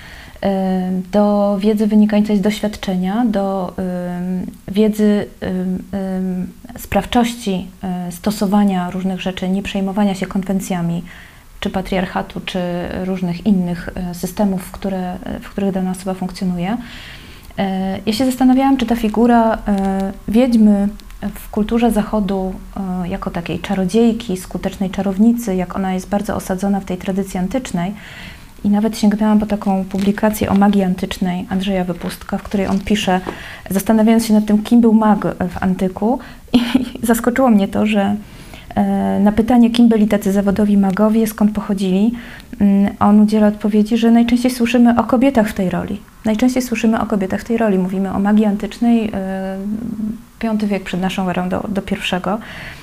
Do wiedzy wynikającej z doświadczenia, do y, wiedzy y, y, sprawczości y, stosowania różnych rzeczy, nie przejmowania się konwencjami, czy patriarchatu, czy różnych innych y, systemów, w, które, w których dana osoba funkcjonuje. Y, ja się zastanawiałam, czy ta figura y, wiedźmy w kulturze Zachodu y, jako takiej czarodziejki, skutecznej czarownicy, jak ona jest bardzo osadzona w tej tradycji antycznej. I nawet sięgnęłam po taką publikację o magii antycznej Andrzeja Wypustka, w której on pisze, zastanawiając się nad tym, kim był mag w antyku. I zaskoczyło mnie to, że na pytanie, kim byli tacy zawodowi magowie, skąd pochodzili, on udziela odpowiedzi, że najczęściej słyszymy o kobietach w tej roli. Najczęściej słyszymy o kobietach w tej roli. Mówimy o magii antycznej, piąty wiek przed naszą erą do, do pierwszego,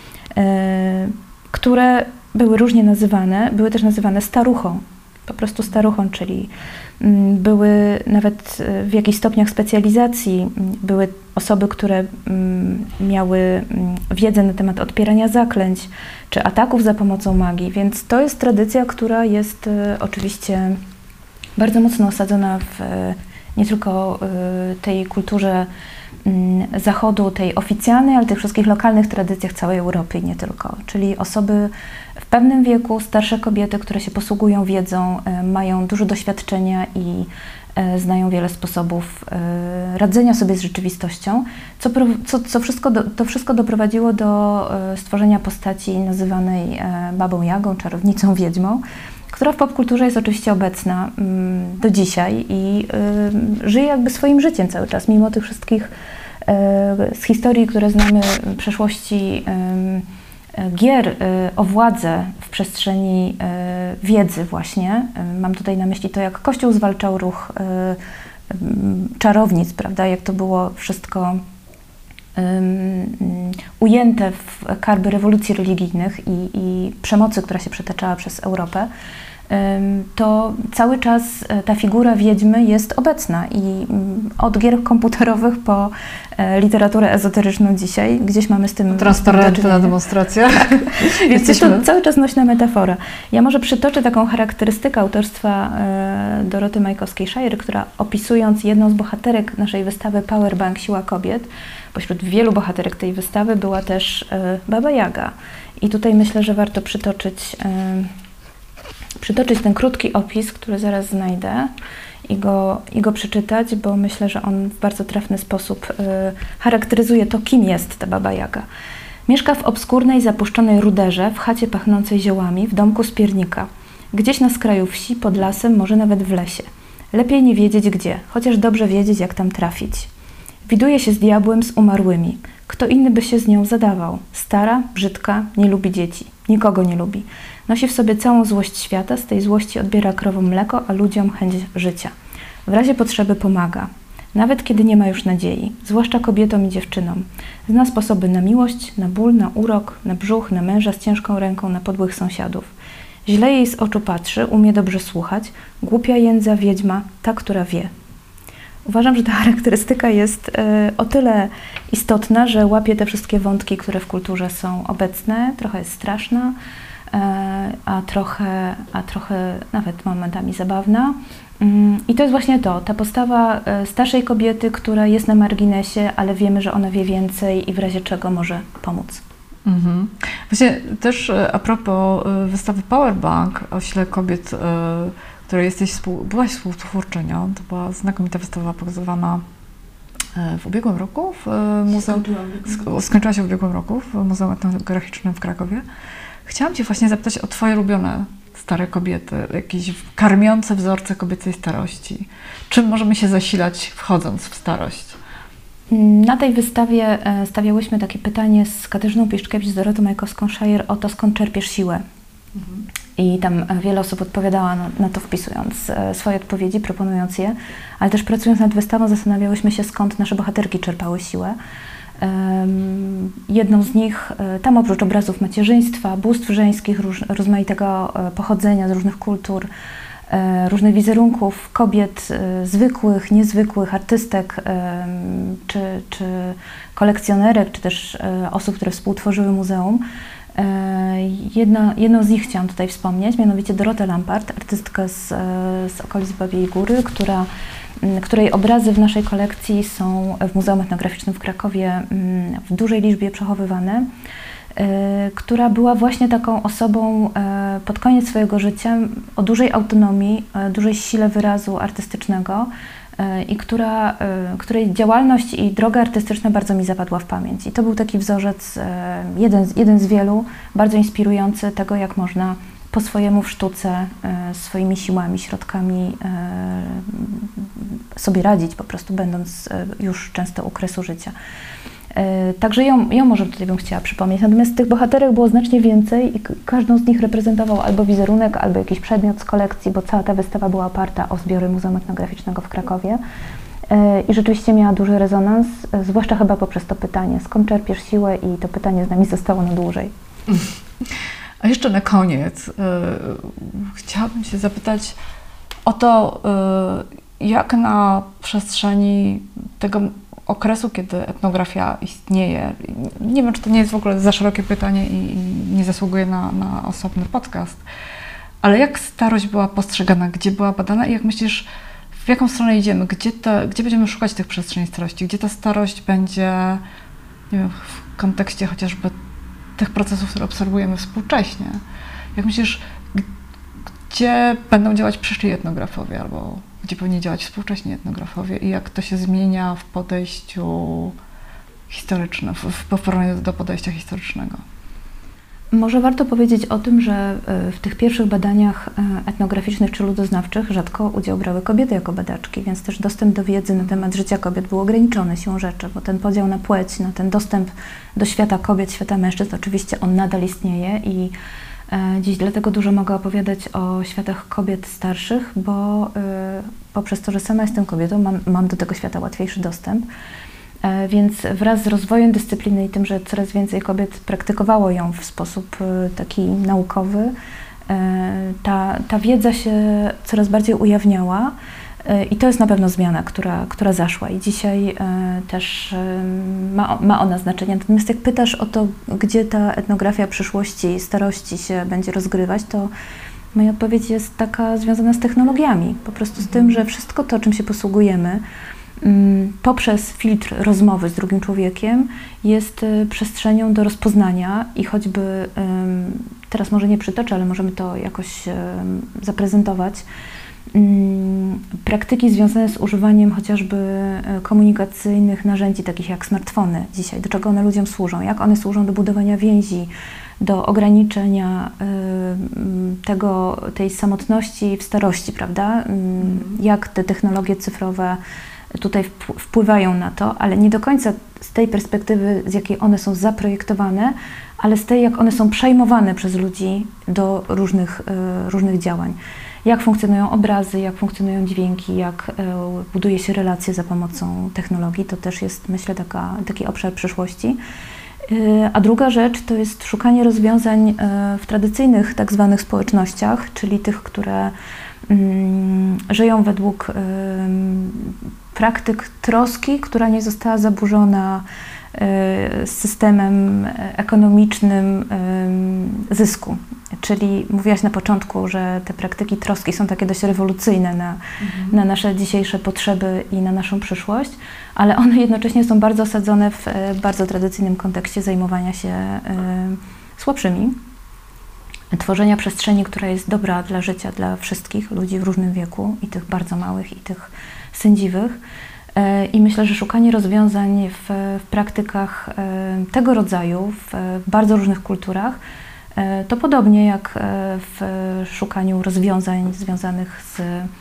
które były różnie nazywane, były też nazywane staruchą. Po prostu staruchą, czyli były nawet w jakichś stopniach specjalizacji, były osoby, które miały wiedzę na temat odpierania zaklęć, czy ataków za pomocą magii, więc to jest tradycja, która jest oczywiście bardzo mocno osadzona w nie tylko tej kulturze Zachodu, tej oficjalnej, ale tych wszystkich lokalnych tradycjach całej Europy i nie tylko. Czyli osoby w pewnym wieku, starsze kobiety, które się posługują wiedzą, mają dużo doświadczenia i znają wiele sposobów radzenia sobie z rzeczywistością, co, co, co wszystko do, to wszystko doprowadziło do stworzenia postaci nazywanej Babą Jagą, czarownicą, wiedźmą, która w popkulturze jest oczywiście obecna mm, do dzisiaj i y, żyje jakby swoim życiem cały czas, mimo tych wszystkich y, z historii, które znamy w przeszłości y, y, gier y, o władzę w przestrzeni y, wiedzy właśnie. Y, mam tutaj na myśli to, jak Kościół zwalczał ruch y, y, czarownic, prawda, jak to było wszystko y, y, ujęte w karby rewolucji religijnych i, i przemocy, która się przetaczała przez Europę, to cały czas ta figura wiedźmy jest obecna i od gier komputerowych po literaturę ezoteryczną dzisiaj, gdzieś mamy z tym transparenty na demonstrację. Więc jest to cały czas nośna metafora. Ja może przytoczę taką charakterystykę autorstwa Doroty Majkowskiej-Szajry, która opisując jedną z bohaterek naszej wystawy Powerbank, Siła kobiet, pośród wielu bohaterek tej wystawy była też Baba Jaga. I tutaj myślę, że warto przytoczyć przytoczyć ten krótki opis, który zaraz znajdę i go, i go przeczytać, bo myślę, że on w bardzo trafny sposób y, charakteryzuje to, kim jest ta Baba Jaga. Mieszka w obskurnej, zapuszczonej ruderze, w chacie pachnącej ziołami, w domku z piernika. Gdzieś na skraju wsi, pod lasem, może nawet w lesie. Lepiej nie wiedzieć gdzie, chociaż dobrze wiedzieć, jak tam trafić. Widuje się z diabłem, z umarłymi. Kto inny by się z nią zadawał? Stara, brzydka, nie lubi dzieci. Nikogo nie lubi. Nosi w sobie całą złość świata, z tej złości odbiera krowom mleko, a ludziom chęć życia. W razie potrzeby pomaga. Nawet kiedy nie ma już nadziei, zwłaszcza kobietom i dziewczynom. Zna sposoby na miłość, na ból, na urok, na brzuch, na męża z ciężką ręką, na podłych sąsiadów. Źle jej z oczu patrzy, umie dobrze słuchać. Głupia jędza wiedźma, ta, która wie. Uważam, że ta charakterystyka jest y, o tyle istotna, że łapie te wszystkie wątki, które w kulturze są obecne. Trochę jest straszna, y, a, trochę, a trochę nawet momentami zabawna. Y, I to jest właśnie to, ta postawa y, starszej kobiety, która jest na marginesie, ale wiemy, że ona wie więcej i w razie czego może pomóc. Mhm. Właśnie też a propos wystawy Powerbank o sile kobiet, y, której jesteś współ, byłaś współtwórczynią. To była znakomita wystawa pokazywana w ubiegłym roku w muzeum. Skończyła się w ubiegłym roku w Muzeum Etnograficznym w Krakowie. Chciałam Cię właśnie zapytać o Twoje ulubione stare kobiety, jakieś karmiące wzorce kobiecej starości. Czym możemy się zasilać, wchodząc w starość? Na tej wystawie stawiałyśmy takie pytanie z Katarzyną Piszczkiewicz, z Dorotą Majkowską-Szajer o to, skąd czerpiesz siłę. Mhm. I tam wiele osób odpowiadała na, na to, wpisując swoje odpowiedzi, proponując je, ale też pracując nad wystawą zastanawiałyśmy się, skąd nasze bohaterki czerpały siłę. Um, jedną z nich, tam oprócz obrazów macierzyństwa, bóstw żeńskich, róż, rozmaitego pochodzenia z różnych kultur, różnych wizerunków kobiet zwykłych, niezwykłych, artystek, czy, czy kolekcjonerek, czy też osób, które współtworzyły muzeum. Jedna, jedną z nich chciałam tutaj wspomnieć, mianowicie Dorotę Lampart, artystkę z, z okolic Babiej Góry, która, której obrazy w naszej kolekcji są w Muzeum Etnograficznym w Krakowie w dużej liczbie przechowywane, która była właśnie taką osobą pod koniec swojego życia o dużej autonomii, dużej sile wyrazu artystycznego i która, której działalność i droga artystyczna bardzo mi zapadła w pamięć. I to był taki wzorzec, jeden, jeden z wielu, bardzo inspirujący tego, jak można po swojemu w sztuce, swoimi siłami, środkami sobie radzić, po prostu będąc już często u kresu życia. Także ją, ją może tutaj bym chciała przypomnieć. Natomiast tych bohaterek było znacznie więcej i każdą z nich reprezentował albo wizerunek, albo jakiś przedmiot z kolekcji, bo cała ta wystawa była oparta o zbiory Muzeum Etnograficznego w Krakowie. I rzeczywiście miała duży rezonans, zwłaszcza chyba poprzez to pytanie, skąd czerpiesz siłę, i to pytanie z nami zostało na dłużej. A jeszcze na koniec yy, chciałabym się zapytać o to, yy, jak na przestrzeni tego okresu, kiedy etnografia istnieje, nie wiem, czy to nie jest w ogóle za szerokie pytanie i, i nie zasługuje na, na osobny podcast, ale jak starość była postrzegana, gdzie była badana i jak myślisz, w jaką stronę idziemy, gdzie, te, gdzie będziemy szukać tych przestrzeni starości, gdzie ta starość będzie, nie wiem, w kontekście chociażby tych procesów, które obserwujemy współcześnie. Jak myślisz, gdzie będą działać przyszli etnografowie, albo gdzie powinni działać współcześni etnografowie i jak to się zmienia w podejściu historycznym, w, w porównaniu do podejścia historycznego? Może warto powiedzieć o tym, że w tych pierwszych badaniach etnograficznych czy ludoznawczych rzadko udział brały kobiety jako badaczki, więc też dostęp do wiedzy na temat życia kobiet był ograniczony siłą rzeczy, bo ten podział na płeć, na ten dostęp do świata kobiet, świata mężczyzn, oczywiście on nadal istnieje i dziś dlatego dużo mogę opowiadać o światach kobiet starszych, bo poprzez to, że sama jestem kobietą, mam, mam do tego świata łatwiejszy dostęp. Więc wraz z rozwojem dyscypliny i tym, że coraz więcej kobiet praktykowało ją w sposób taki naukowy, ta, ta wiedza się coraz bardziej ujawniała i to jest na pewno zmiana, która, która zaszła i dzisiaj też ma, ma ona znaczenie. Natomiast jak pytasz o to, gdzie ta etnografia przyszłości, starości się będzie rozgrywać, to moja odpowiedź jest taka związana z technologiami. Po prostu z tym, że wszystko to, czym się posługujemy, poprzez filtr rozmowy z drugim człowiekiem jest przestrzenią do rozpoznania i choćby, teraz może nie przytoczę, ale możemy to jakoś zaprezentować, praktyki związane z używaniem chociażby komunikacyjnych narzędzi takich jak smartfony dzisiaj, do czego one ludziom służą, jak one służą do budowania więzi, do ograniczenia tego, tej samotności w starości, prawda? Jak te technologie cyfrowe tutaj wpływają na to, ale nie do końca z tej perspektywy, z jakiej one są zaprojektowane, ale z tej, jak one są przejmowane przez ludzi do różnych, różnych działań. Jak funkcjonują obrazy, jak funkcjonują dźwięki, jak buduje się relacje za pomocą technologii, to też jest, myślę, taka, taki obszar przyszłości. A druga rzecz to jest szukanie rozwiązań w tradycyjnych tak zwanych społecznościach, czyli tych, które żyją według praktyk troski, która nie została zaburzona systemem ekonomicznym zysku. Czyli mówiłaś na początku, że te praktyki troski są takie dość rewolucyjne na, mhm. na nasze dzisiejsze potrzeby i na naszą przyszłość, ale one jednocześnie są bardzo osadzone w bardzo tradycyjnym kontekście zajmowania się słabszymi, tworzenia przestrzeni, która jest dobra dla życia, dla wszystkich ludzi w różnym wieku, i tych bardzo małych, i tych sędziwych. I myślę, że szukanie rozwiązań w, w praktykach tego rodzaju, w, w bardzo różnych kulturach, to podobnie jak w szukaniu rozwiązań związanych z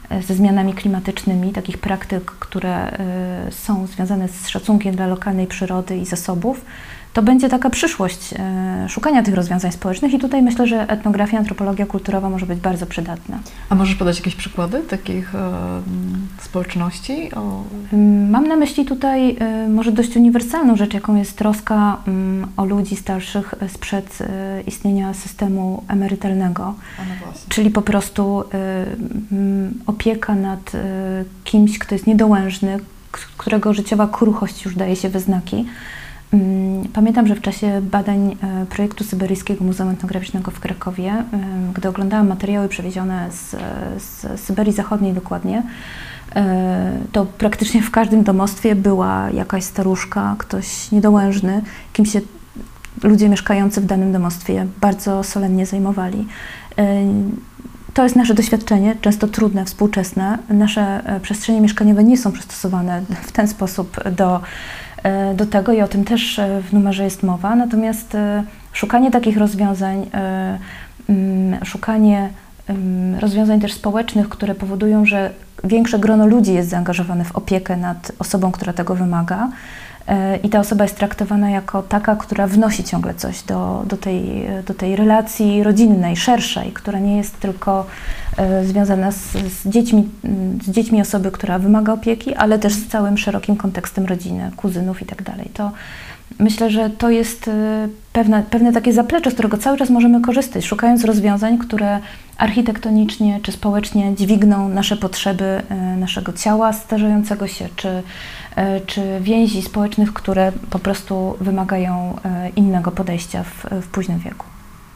ze zmianami klimatycznymi, takich praktyk, które są związane z szacunkiem dla lokalnej przyrody i zasobów, to będzie taka przyszłość szukania tych rozwiązań społecznych i tutaj myślę, że etnografia, antropologia kulturowa może być bardzo przydatna. A możesz podać jakieś przykłady takich e, społeczności? O... Mam na myśli tutaj e, może dość uniwersalną rzecz, jaką jest troska m, o ludzi starszych sprzed e, istnienia systemu emerytalnego. No czyli po prostu e, m, opieka nad e, kimś, kto jest niedołężny, k- którego życiowa kruchość już daje się we znaki. Pamiętam, że w czasie badań projektu Syberyjskiego Muzeum Etnograficznego w Krakowie, gdy oglądałam materiały przewiezione z, z Syberii Zachodniej dokładnie, to praktycznie w każdym domostwie była jakaś staruszka, ktoś niedołężny, kim się ludzie mieszkający w danym domostwie bardzo solennie zajmowali. To jest nasze doświadczenie, często trudne, współczesne. Nasze przestrzenie mieszkaniowe nie są przystosowane w ten sposób do do tego i o tym też w numerze jest mowa. Natomiast szukanie takich rozwiązań, szukanie rozwiązań też społecznych, które powodują, że większe grono ludzi jest zaangażowane w opiekę nad osobą, która tego wymaga i ta osoba jest traktowana jako taka, która wnosi ciągle coś do, do, tej, do tej relacji rodzinnej, szerszej, która nie jest tylko związana z, z, dziećmi, z dziećmi osoby, która wymaga opieki, ale też z całym szerokim kontekstem rodziny, kuzynów i tak dalej. To myślę, że to jest pewne, pewne takie zaplecze, z którego cały czas możemy korzystać, szukając rozwiązań, które architektonicznie czy społecznie dźwigną nasze potrzeby naszego ciała starzejącego się, czy, czy więzi społecznych, które po prostu wymagają innego podejścia w, w późnym wieku.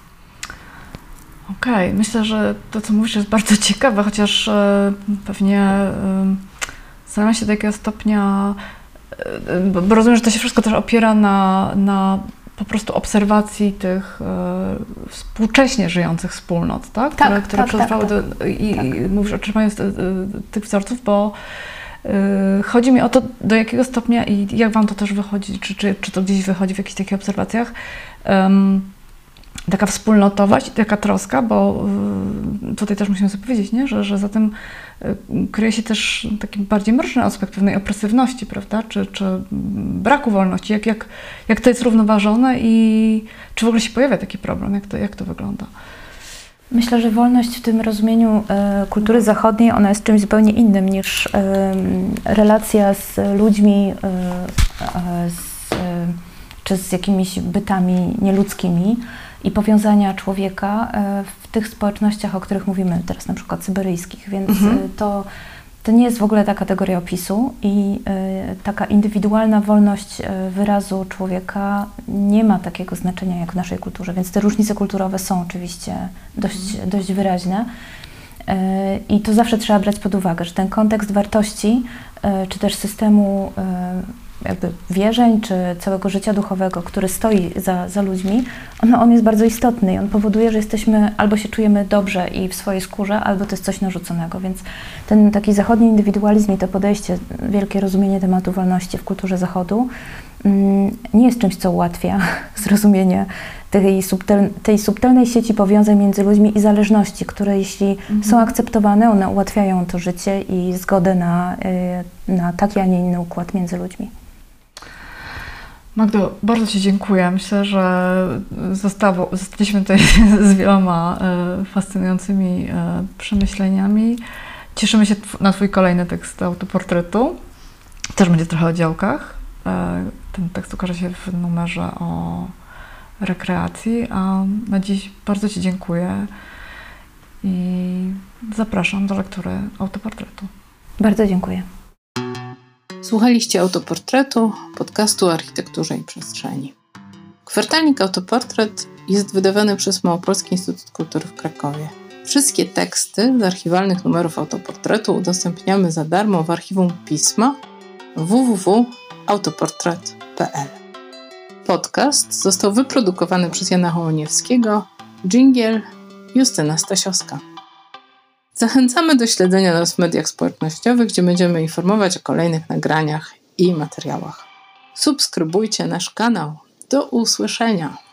Okej, okay. Myślę, że to, co mówisz, jest bardzo ciekawe, chociaż e, pewnie e, zastanawiam się do jakiego stopnia, e, bo, bo rozumiem, że to się wszystko też opiera na, na po prostu obserwacji tych e, współcześnie żyjących wspólnot, tak? Tak, które, które tak, przetrwały tak, do, i, tak. i mówisz o czerpaniu z, e, tych wzorców, bo e, chodzi mi o to, do jakiego stopnia i jak wam to też wychodzi, czy, czy, czy to gdzieś wychodzi w jakichś takich obserwacjach, um, taka wspólnotowość i taka troska, bo tutaj też musimy sobie powiedzieć, nie? Że, że za tym kryje się też taki bardziej mroczny aspekt pewnej opresywności, prawda? Czy, czy braku wolności. Jak, jak, jak to jest równoważone i czy w ogóle się pojawia taki problem? Jak to, jak to wygląda? Myślę, że wolność w tym rozumieniu e, kultury zachodniej, ona jest czymś zupełnie innym niż e, relacja z ludźmi e, e, z, e, czy z jakimiś bytami nieludzkimi i powiązania człowieka w tych społecznościach, o których mówimy teraz, na przykład syberyjskich, więc mhm. to, to nie jest w ogóle ta kategoria opisu i y, taka indywidualna wolność wyrazu człowieka nie ma takiego znaczenia jak w naszej kulturze, więc te różnice kulturowe są oczywiście dość, mhm. dość wyraźne y, i to zawsze trzeba brać pod uwagę, że ten kontekst wartości y, czy też systemu y, jakby wierzeń, czy całego życia duchowego, który stoi za, za ludźmi, on, on jest bardzo istotny i on powoduje, że jesteśmy, albo się czujemy dobrze i w swojej skórze, albo to jest coś narzuconego, więc ten taki zachodni indywidualizm i to podejście, wielkie rozumienie tematu wolności w kulturze Zachodu mm, nie jest czymś, co ułatwia zrozumienie tej, subtel, tej subtelnej sieci powiązań między ludźmi i zależności, które jeśli mhm. są akceptowane, one ułatwiają to życie i zgodę na, na taki, a nie inny układ między ludźmi. Magdo, bardzo Ci dziękuję. Myślę, że zostało, zostaliśmy tutaj z wieloma e, fascynującymi e, przemyśleniami. Cieszymy się na Twój kolejny tekst autoportretu. Też będzie trochę o działkach. E, ten tekst ukaże się w numerze o rekreacji, a na dziś bardzo Ci dziękuję i zapraszam do lektury autoportretu. Bardzo dziękuję. Słuchaliście Autoportretu, podcastu o architekturze i przestrzeni. Kwartalnik Autoportret jest wydawany przez Małopolski Instytut Kultury w Krakowie. Wszystkie teksty z archiwalnych numerów Autoportretu udostępniamy za darmo w archiwum Pisma w w w kropka autoportret kropka p l. Podcast został wyprodukowany przez Jana Hołoniewskiego, dżingiel Justyna Stasiowska. Zachęcamy do śledzenia nas w mediach społecznościowych, gdzie będziemy informować o kolejnych nagraniach i materiałach. Subskrybujcie nasz kanał. Do usłyszenia!